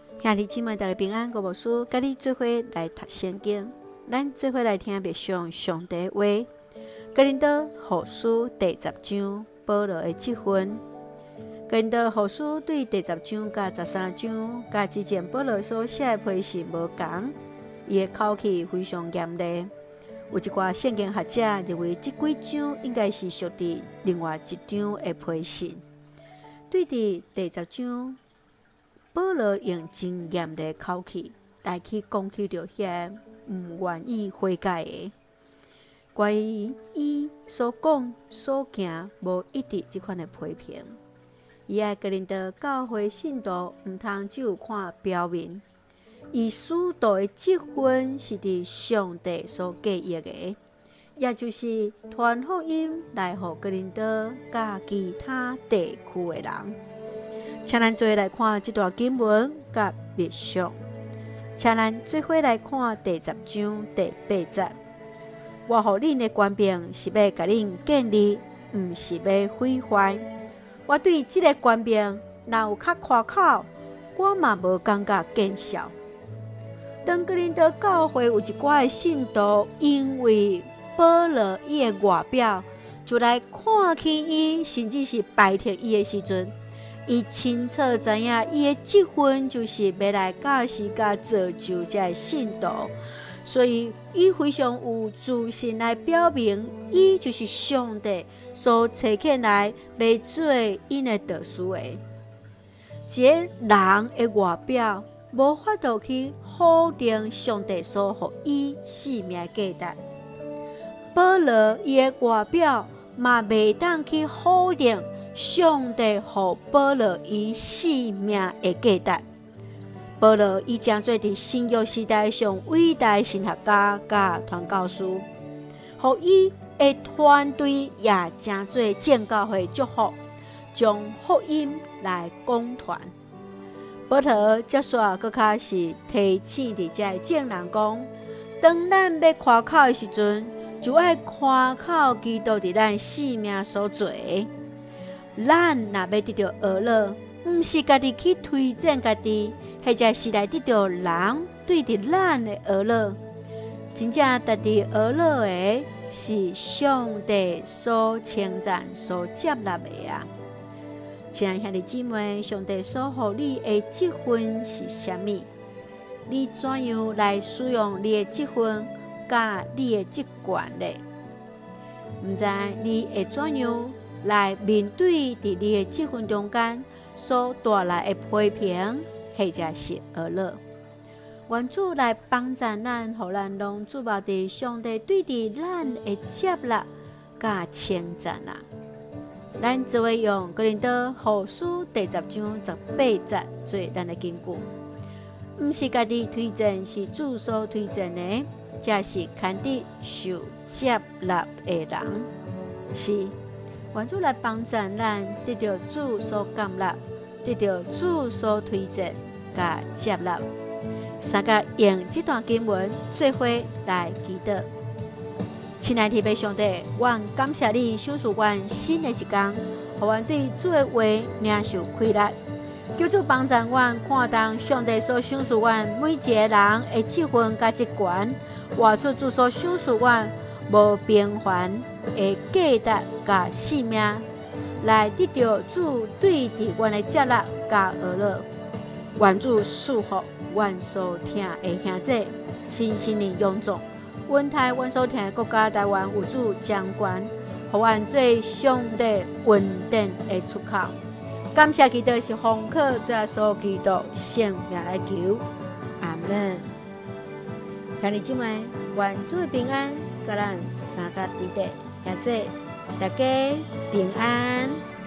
兄弟姊妹，大家平安，我无事，甲你做伙来读圣经，咱做伙来听默想上帝的话。哥林多后书第10章，保罗的积分。哥林多后书对第10章甲13章，甲之前保罗所写的批示无同，伊的口气非常严厉。有一寡圣经学者认为，这几章应该是属于另外一章的批示。对第10章，保罗用真严厉的口气来去攻击着遐毋愿意悔改的，关于伊所讲所行无一致这款的批评。伊爱哥林多教会信徒毋通只有看表面，伊使徒的积分是伫上帝所计划的，也就是传福音来互哥林多甲其他地区的人。请咱做伙来看这段经文甲默想。请咱做伙来看第10章第8节。我互恁的权柄是要甲恁建立，毋是要毁坏。我对这个权柄若有较夸口，我嘛无感觉见效。当哥林多教会有一寡的信徒，因为保罗伊的外表，就来看起伊，甚至是排斥伊的时阵，伊清楚知影伊的积分就是要来教示甲造就这个信徒，所以伊非常有自信来表明，伊就是上帝所差遣来要做因的导师的。一个人的外表无法度去否定上帝所予伊生命的价值，保罗伊的外表嘛袂当去否定上帝予保罗伊生命的价值。保罗伊正做伫新约时代上伟大的神学家甲传教士，予伊的团队也正做正教会祝福，将福音来广传。保罗接煞搁较是提醒伫遮的正人讲，当咱要夸口的时阵，就爱夸口基督伫咱生命所做的。咱若要得到娱乐，毋是家己去推荐家己，或者是来得到人对伫咱的娱乐。真正值得娱乐的是上帝所称赞、所接纳的啊！亲爱兄弟姊妹，上帝所予你的积分是啥物？你怎样来使用你的积分甲你的职权呢？毋知你会怎样来面对伫你的积分中间所带来的批评，或者是娱乐？愿主来帮助咱，互咱拢注目伫上帝对伫咱的接纳甲称赞啊！咱只会用哥林多后书第10章18节做咱的根据，毋是家己推荐，是主所推荐的，才是堪得受接纳的人。是，愿主来帮助咱，得到主所感纳，得到主所推荐甲接纳。三个用这段经文做伙来祈祷。亲爱的弟兄上帝，阮感谢你赏赐阮新的一天，互阮对主的话领受开力。求主帮助阮看重上帝所赏赐阮每一个人的积分甲职权，活出主所赏赐阮无平凡的价值甲生命，来得到主对伫阮的接纳甲娱乐。愿主赐福阮所听的兄弟，新心灵永驻。阮台阮所听的国家台湾有主掌权，互阮做上帝稳定的出口。感谢基督是奉靠主所基督性命来求，阿门。兄弟姊妹，愿主的平安，甲咱三个弟弟兄弟，大家平安。